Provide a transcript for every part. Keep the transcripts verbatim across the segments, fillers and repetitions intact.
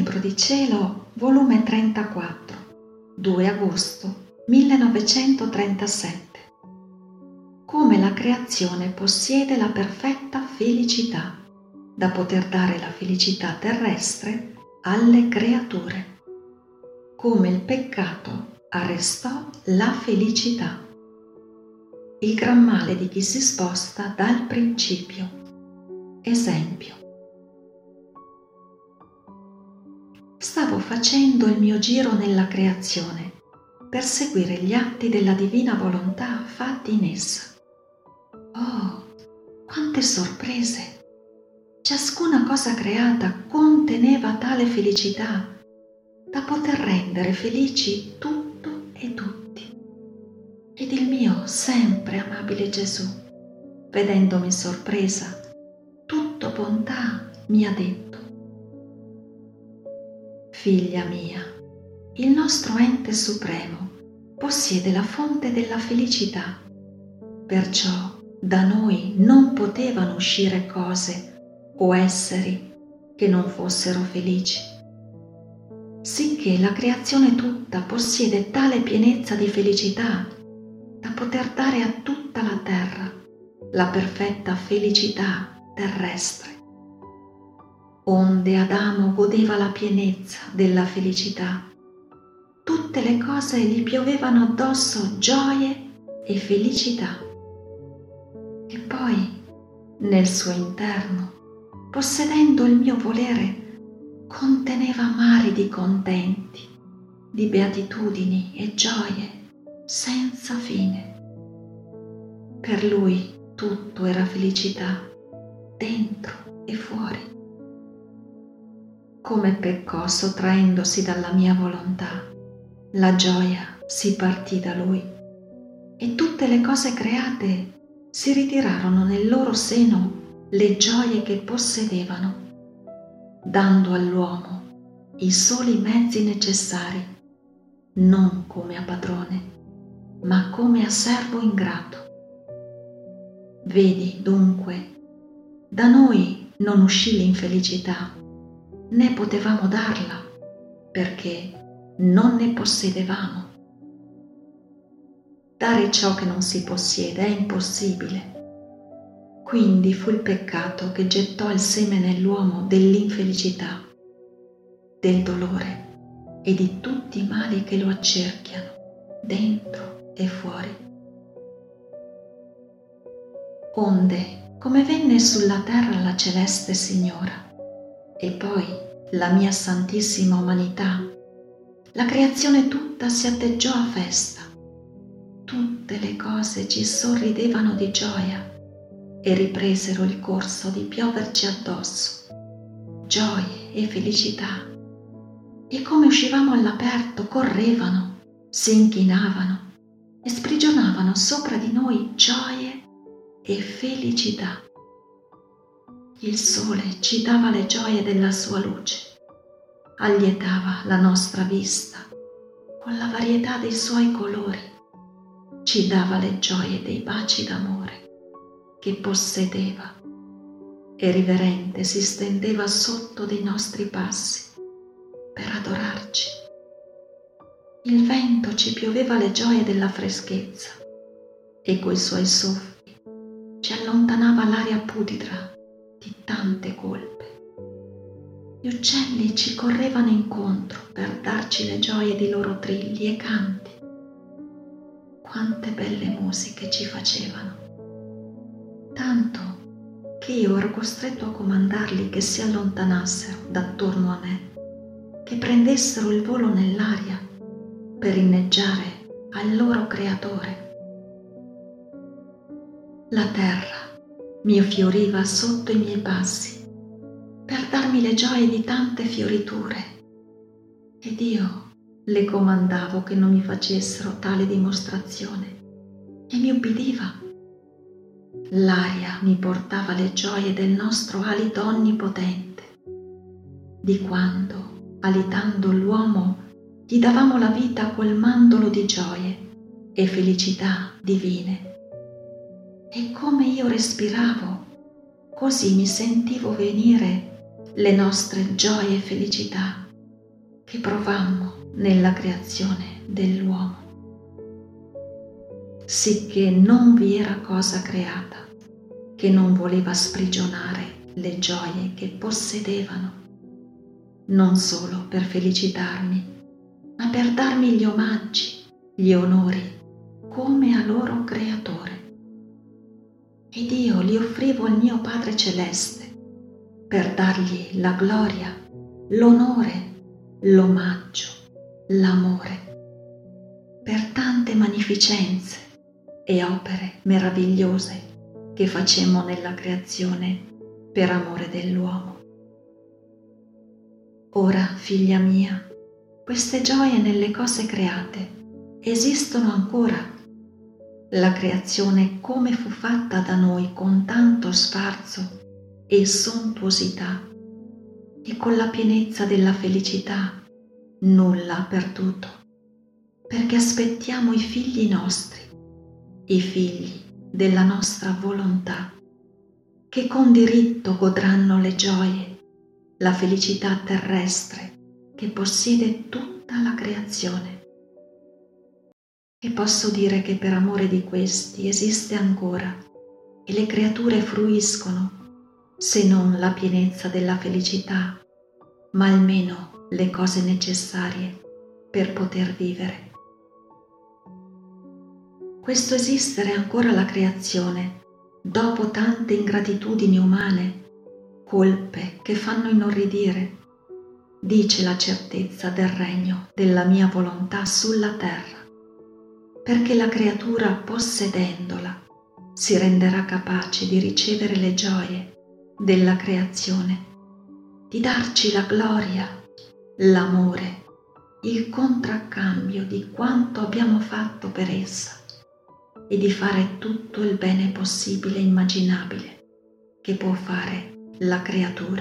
Libro di Cielo, volume trentaquattro, due agosto millenovecentotrentasette. Come la creazione possiede la perfetta felicità, da poter dare la felicità terrestre alle creature. Come il peccato arrestò la felicità. Il gran male di chi si sposta dal principio. Esempio. Stavo facendo il mio giro nella creazione per seguire gli atti della divina volontà fatti in essa. Oh, quante sorprese! Ciascuna cosa creata conteneva tale felicità da poter rendere felici tutto e tutti. Ed il mio sempre amabile Gesù, vedendomi sorpresa, tutto bontà, mi ha detto: Figlia mia, il nostro ente supremo possiede la fonte della felicità, perciò da noi non potevano uscire cose o esseri che non fossero felici. Sicché la creazione tutta possiede tale pienezza di felicità da poter dare a tutta la terra la perfetta felicità terrestre. Onde Adamo godeva la pienezza della felicità, tutte le cose gli piovevano addosso gioie e felicità. E poi, nel suo interno, possedendo il mio volere, conteneva mari di contenti, di beatitudini e gioie senza fine. Per lui tutto era felicità, dentro e fuori. Come peccò sottraendosi dalla mia volontà, la gioia si partì da lui e tutte le cose create si ritirarono nel loro seno le gioie che possedevano, dando all'uomo i soli mezzi necessari, non come a padrone, ma come a servo ingrato. Vedi dunque, da noi non uscì l'infelicità, né potevamo darla, perché non ne possedevamo. Dare ciò che non si possiede è impossibile. Quindi fu il peccato che gettò il seme nell'uomo dell'infelicità, del dolore e di tutti i mali che lo accerchiano, dentro e fuori. Onde, come venne sulla terra la celeste Signora, e poi la mia santissima umanità, la creazione tutta si atteggiò a festa. Tutte le cose ci sorridevano di gioia e ripresero il corso di pioverci addosso, gioie e felicità. E come uscivamo all'aperto, correvano, si inchinavano e sprigionavano sopra di noi gioie e felicità. Il sole ci dava le gioie della sua luce, allietava la nostra vista con la varietà dei suoi colori, ci dava le gioie dei baci d'amore che possedeva e riverente si stendeva sotto dei nostri passi per adorarci. Il vento ci pioveva le gioie della freschezza e coi suoi soffi ci allontanava l'aria putida di tante colpe. Gli uccelli ci correvano incontro per darci le gioie di loro trilli e canti. Quante belle musiche ci facevano, tanto che io ero costretto a comandarli che si allontanassero d'attorno a me, che prendessero il volo nell'aria per inneggiare al loro creatore. La terra mi fioriva sotto i miei passi per darmi le gioie di tante fioriture ed io le comandavo che non mi facessero tale dimostrazione e mi ubbidiva. L'aria mi portava le gioie del nostro alito onnipotente, di quando, alitando l'uomo, gli davamo la vita colmandolo di gioie e felicità divine. E come io respiravo, così mi sentivo venire le nostre gioie e felicità che provammo nella creazione dell'uomo, sicché non vi era cosa creata che non voleva sprigionare le gioie che possedevano, non solo per felicitarmi, ma per darmi gli omaggi, gli onori, come a loro creatore. Ed io li offrivo al mio Padre Celeste per dargli la gloria, l'onore, l'omaggio, l'amore, per tante magnificenze e opere meravigliose che facemmo nella creazione per amore dell'uomo. Ora, figlia mia, queste gioie nelle cose create esistono ancora. La creazione come fu fatta da noi con tanto sfarzo e sontuosità e con la pienezza della felicità nulla ha perduto, perché aspettiamo i figli nostri, i figli della nostra volontà, che con diritto godranno le gioie, la felicità terrestre che possiede tutta la creazione. E posso dire che per amore di questi esiste ancora e le creature fruiscono, se non la pienezza della felicità, ma almeno le cose necessarie per poter vivere. Questo esistere ancora la creazione, dopo tante ingratitudini umane, colpe che fanno inorridire, dice la certezza del regno della mia volontà sulla terra, perché la creatura possedendola si renderà capace di ricevere le gioie della creazione, di darci la gloria, l'amore, il contraccambio di quanto abbiamo fatto per essa e di fare tutto il bene possibile e immaginabile che può fare la creatura.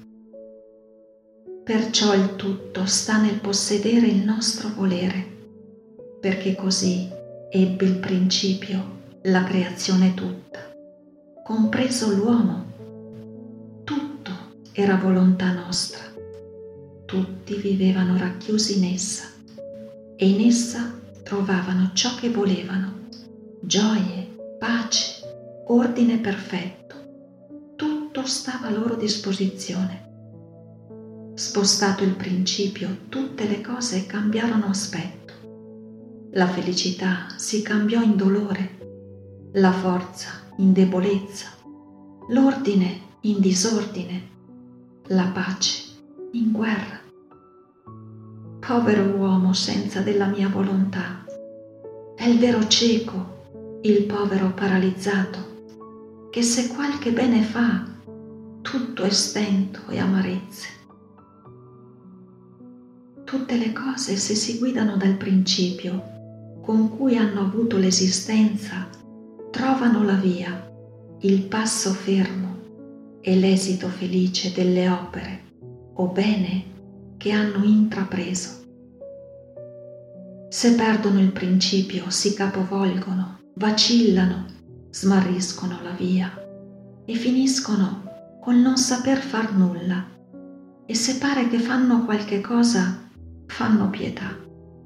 Perciò il tutto sta nel possedere il nostro volere, perché così ebbe il principio la creazione tutta, compreso l'uomo. Tutto era volontà nostra, tutti vivevano racchiusi in essa e in essa trovavano ciò che volevano, gioie, pace, ordine perfetto, tutto stava a loro disposizione. Spostato il principio, tutte le cose cambiarono aspetto. La felicità si cambiò in dolore, la forza in debolezza, l'ordine in disordine, la pace in guerra. Povero uomo senza della mia volontà, è il vero cieco, il povero paralizzato, che se qualche bene fa, tutto è stento e amarezze. Tutte le cose, se si guidano dal principio con cui hanno avuto l'esistenza, trovano la via, il passo fermo e l'esito felice delle opere o bene che hanno intrapreso. Se perdono il principio, si capovolgono, vacillano, smarriscono la via e finiscono col non saper far nulla, e se pare che fanno qualche cosa, fanno pietà.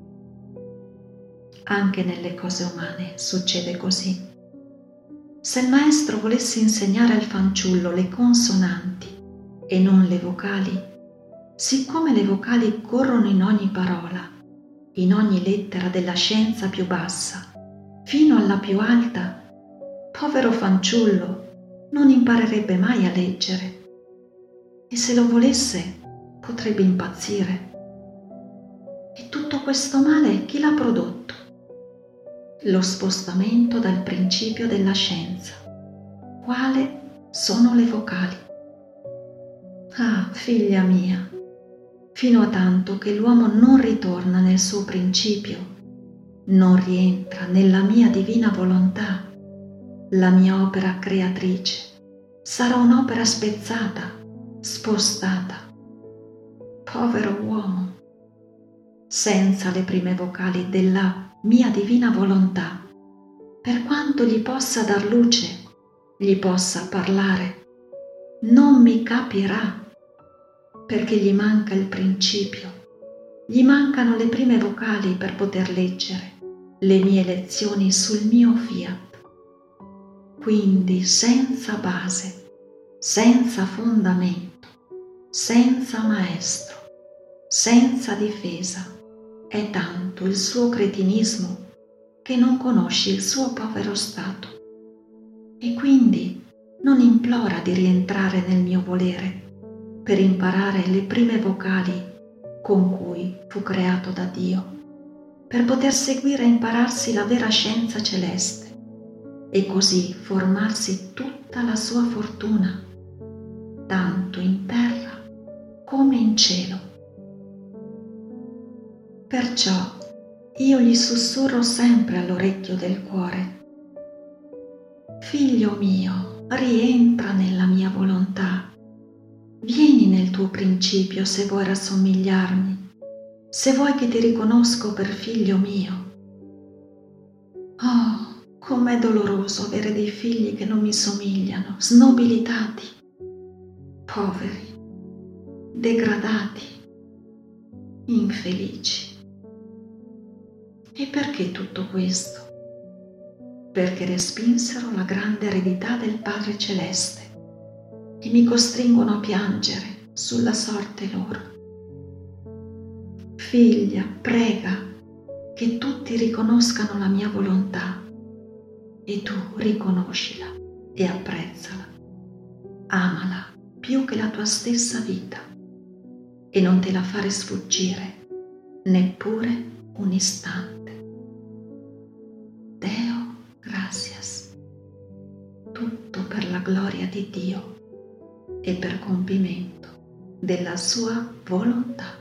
Anche nelle cose umane succede così. Se il maestro volesse insegnare al fanciullo le consonanti e non le vocali, siccome le vocali corrono in ogni parola, in ogni lettera della scienza più bassa, fino alla più alta, povero fanciullo non imparerebbe mai a leggere, e se lo volesse potrebbe impazzire. E tutto questo male chi l'ha prodotto? Lo spostamento dal principio della scienza, quale sono le vocali. Ah, figlia mia, fino a tanto che l'uomo non ritorna nel suo principio, non rientra nella mia divina volontà, la mia opera creatrice sarà un'opera spezzata, spostata. Povero uomo, senza le prime vocali della mia divina volontà, per quanto gli possa dar luce, gli possa parlare, non mi capirà, perché gli manca il principio, Gli mancano le prime vocali per poter leggere le mie lezioni sul mio fiat. Quindi senza base, senza fondamento, senza maestro, senza difesa, è tanto il suo cretinismo che non conosci il suo povero stato e quindi non implora di rientrare nel mio volere per imparare le prime vocali con cui fu creato da Dio, per poter seguire e impararsi la vera scienza celeste e così formarsi tutta la sua fortuna, tanto in terra come in cielo. Perciò io gli sussurro sempre all'orecchio del cuore: Figlio mio, rientra nella mia volontà, vieni nel tuo principio se vuoi rassomigliarmi, se vuoi che ti riconosco per figlio mio. Oh, com'è doloroso avere dei figli che non mi somigliano, snobilitati, poveri, degradati, infelici. E perché tutto questo? Perché respinsero la grande eredità del Padre Celeste e mi costringono a piangere sulla sorte loro. Figlia, prega che tutti riconoscano la mia volontà e tu riconoscila e apprezzala. Amala più che la tua stessa vita e non te la fare sfuggire neppure un istante. Deo gracias. Tutto per la gloria di Dio e per compimento della sua volontà.